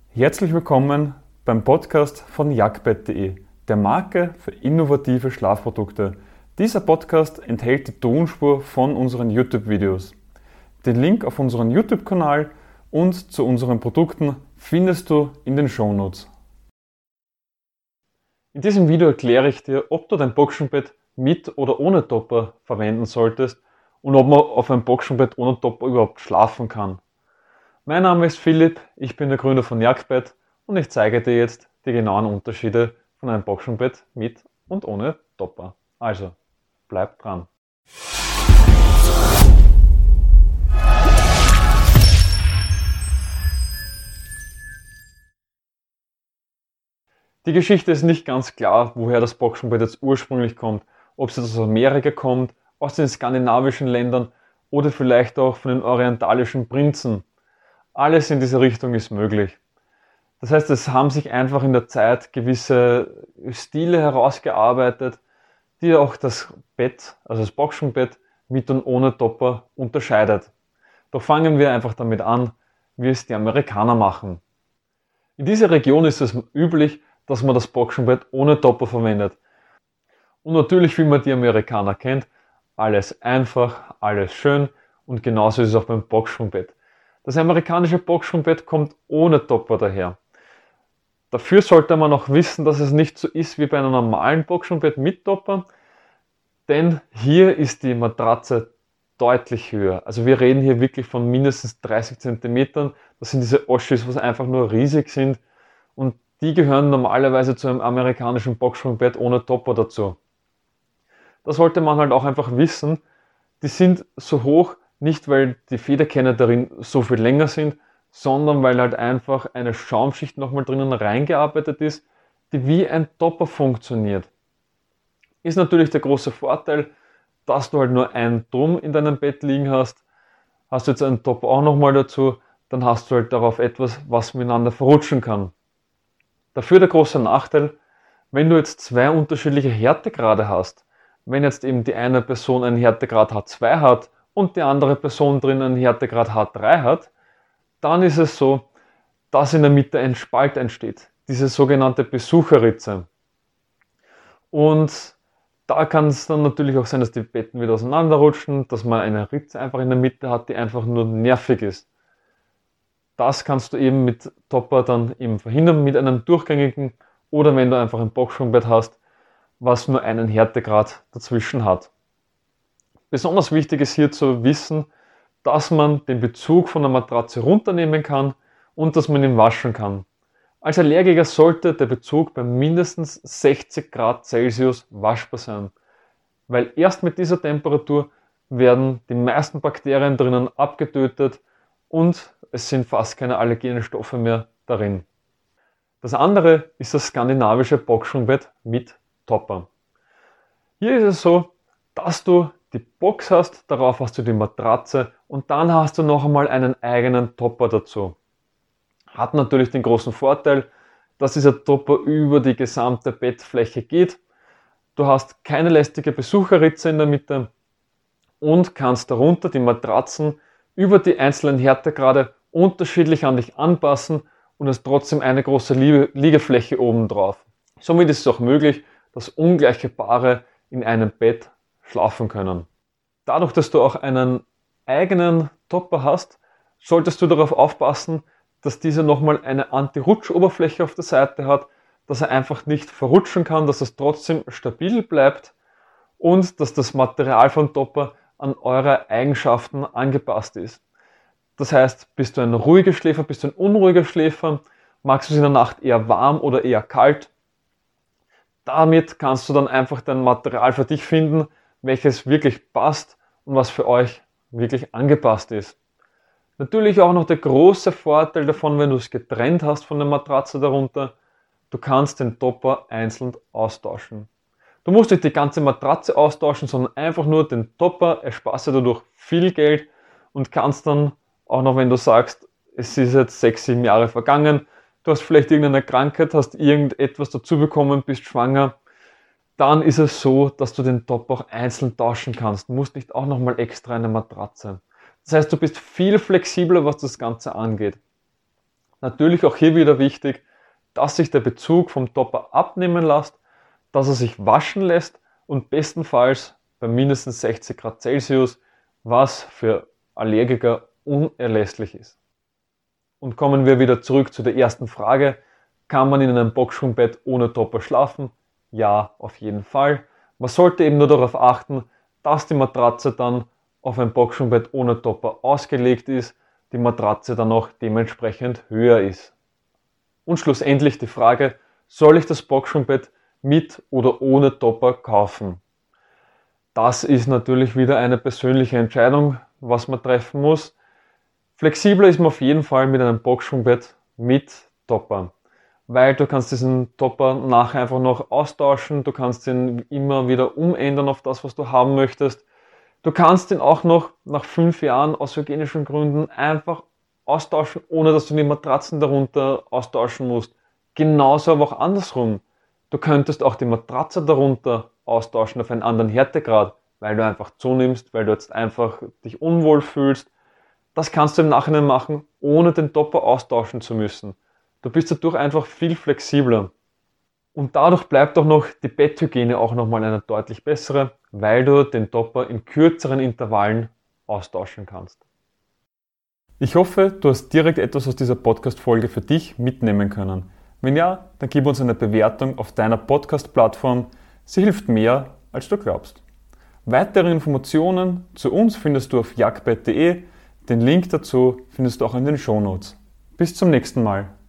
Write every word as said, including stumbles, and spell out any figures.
Herzlich willkommen beim Podcast von jagdbett punkt de, der Marke für innovative Schlafprodukte. Dieser Podcast enthält die Tonspur von unseren YouTube-Videos. Den Link auf unseren YouTube-Kanal und zu unseren Produkten findest du in den Shownotes. In diesem Video erkläre ich dir, ob du dein Boxspringbett mit oder ohne Topper verwenden solltest und ob man auf einem Boxspringbett ohne Topper überhaupt schlafen kann. Mein Name ist Philipp, ich bin der Gründer von jagdbett und ich zeige dir jetzt die genauen Unterschiede von einem Boxspringbett mit und ohne Topper. Also, bleib dran! Die Geschichte ist nicht ganz klar, woher das Boxspringbett jetzt ursprünglich kommt, ob es jetzt aus Amerika kommt, aus den skandinavischen Ländern oder vielleicht auch von den orientalischen Prinzen. Alles in diese Richtung ist möglich. Das heißt, es haben sich einfach in der Zeit gewisse Stile herausgearbeitet, die auch das Bett, also das Boxspringbett mit und ohne Topper unterscheidet. Doch fangen wir einfach damit an, wie es die Amerikaner machen. In dieser Region ist es üblich, dass man das Boxspringbett ohne Topper verwendet. Und natürlich, wie man die Amerikaner kennt, alles einfach, alles schön und genauso ist es auch beim Boxspringbett. Das amerikanische Boxspringbett kommt ohne Topper daher. Dafür sollte man auch wissen, dass es nicht so ist wie bei einem normalen Boxspringbett mit Topper, denn hier ist die Matratze deutlich höher. Also wir reden hier wirklich von mindestens dreißig Zentimetern. Das sind diese Oschis, was einfach nur riesig sind und die gehören normalerweise zu einem amerikanischen Boxspringbett ohne Topper dazu. Da sollte man halt auch einfach wissen, die sind so hoch, nicht weil die Federkähne darin so viel länger sind, sondern weil halt einfach eine Schaumschicht nochmal drinnen reingearbeitet ist, die wie ein Topper funktioniert. Ist natürlich der große Vorteil, dass du halt nur ein Drum in deinem Bett liegen hast. Hast du jetzt einen Topper auch nochmal dazu, dann hast du halt darauf etwas, was miteinander verrutschen kann. Dafür der große Nachteil, wenn du jetzt zwei unterschiedliche Härtegrade hast, wenn jetzt eben die eine Person einen Härtegrad H zwei hat und die andere Person drin einen Härtegrad H drei hat, dann ist es so, dass in der Mitte ein Spalt entsteht, diese sogenannte Besucherritze. Und da kann es dann natürlich auch sein, dass die Betten wieder auseinanderrutschen, dass man eine Ritze einfach in der Mitte hat, die einfach nur nervig ist. Das kannst du eben mit Topper dann eben verhindern, mit einem durchgängigen oder wenn du einfach ein Boxspringbett hast, was nur einen Härtegrad dazwischen hat. Besonders wichtig ist hier zu wissen, dass man den Bezug von der Matratze runternehmen kann und dass man ihn waschen kann. Als Allergiker sollte der Bezug bei mindestens sechzig Grad Celsius waschbar sein, weil erst mit dieser Temperatur werden die meisten Bakterien drinnen abgetötet und es sind fast keine allergenen Stoffe mehr darin. Das andere ist das skandinavische Boxspringbett mit Topper. Hier ist es so, dass du die Box hast, darauf hast du die Matratze und dann hast du noch einmal einen eigenen Topper dazu. Hat natürlich den großen Vorteil, dass dieser Topper über die gesamte Bettfläche geht. Du hast keine lästige Besucherritze in der Mitte und kannst darunter die Matratzen über die einzelnen Härtegrade unterschiedlich an dich anpassen und hast trotzdem eine große Liegefläche oben drauf. Somit ist es auch möglich, dass ungleiche Paare in einem Bett schlafen können. Dadurch, dass du auch einen eigenen Topper hast, solltest du darauf aufpassen, dass dieser nochmal eine Anti-Rutsch-Oberfläche auf der Seite hat, dass er einfach nicht verrutschen kann, dass es trotzdem stabil bleibt und dass das Material vom Topper an eure Eigenschaften angepasst ist. Das heißt, bist du ein ruhiger Schläfer, bist du ein unruhiger Schläfer, magst du es in der Nacht eher warm oder eher kalt? Damit kannst du dann einfach dein Material für dich finden, welches wirklich passt und was für euch wirklich angepasst ist. Natürlich auch noch der große Vorteil davon, wenn du es getrennt hast von der Matratze darunter, du kannst den Topper einzeln austauschen. Du musst nicht die ganze Matratze austauschen, sondern einfach nur den Topper, ersparst dir dadurch viel Geld und kannst dann auch noch, wenn du sagst, es ist jetzt sechs, sieben Jahre vergangen, du hast vielleicht irgendeine Krankheit, hast irgendetwas dazu bekommen, bist schwanger, dann ist es so, dass du den Topper auch einzeln tauschen kannst. Du musst nicht auch nochmal extra eine Matratze. Das heißt, du bist viel flexibler, was das Ganze angeht. Natürlich auch hier wieder wichtig, dass sich der Bezug vom Topper abnehmen lässt, dass er sich waschen lässt und bestenfalls bei mindestens sechzig Grad Celsius, was für Allergiker unerlässlich ist. Und kommen wir wieder zurück zu der ersten Frage. Kann man in einem Boxsprungbett ohne Topper schlafen? Ja, auf jeden Fall. Man sollte eben nur darauf achten, dass die Matratze dann auf ein Boxsprungbett ohne Topper ausgelegt ist, die Matratze dann auch dementsprechend höher ist. Und schlussendlich die Frage, soll ich das Boxsprungbett mit oder ohne Topper kaufen? Das ist natürlich wieder eine persönliche Entscheidung, was man treffen muss. Flexibler ist man auf jeden Fall mit einem Boxsprungbett mit Topper, weil du kannst diesen Topper nachher einfach noch austauschen, du kannst ihn immer wieder umändern auf das, was du haben möchtest. Du kannst ihn auch noch nach fünf Jahren aus hygienischen Gründen einfach austauschen, ohne dass du die Matratzen darunter austauschen musst. Genauso aber auch andersrum. Du könntest auch die Matratze darunter austauschen auf einen anderen Härtegrad, weil du einfach zunimmst, weil du jetzt einfach dich unwohl fühlst. Das kannst du im Nachhinein machen, ohne den Topper austauschen zu müssen. Du bist dadurch einfach viel flexibler. Und dadurch bleibt auch noch die Betthygiene auch nochmal eine deutlich bessere, weil du den Topper in kürzeren Intervallen austauschen kannst. Ich hoffe, du hast direkt etwas aus dieser Podcast-Folge für dich mitnehmen können. Wenn ja, dann gib uns eine Bewertung auf deiner Podcast-Plattform. Sie hilft mehr, als du glaubst. Weitere Informationen zu uns findest du auf jagdbett punkt de. Den Link dazu findest du auch in den Shownotes. Bis zum nächsten Mal.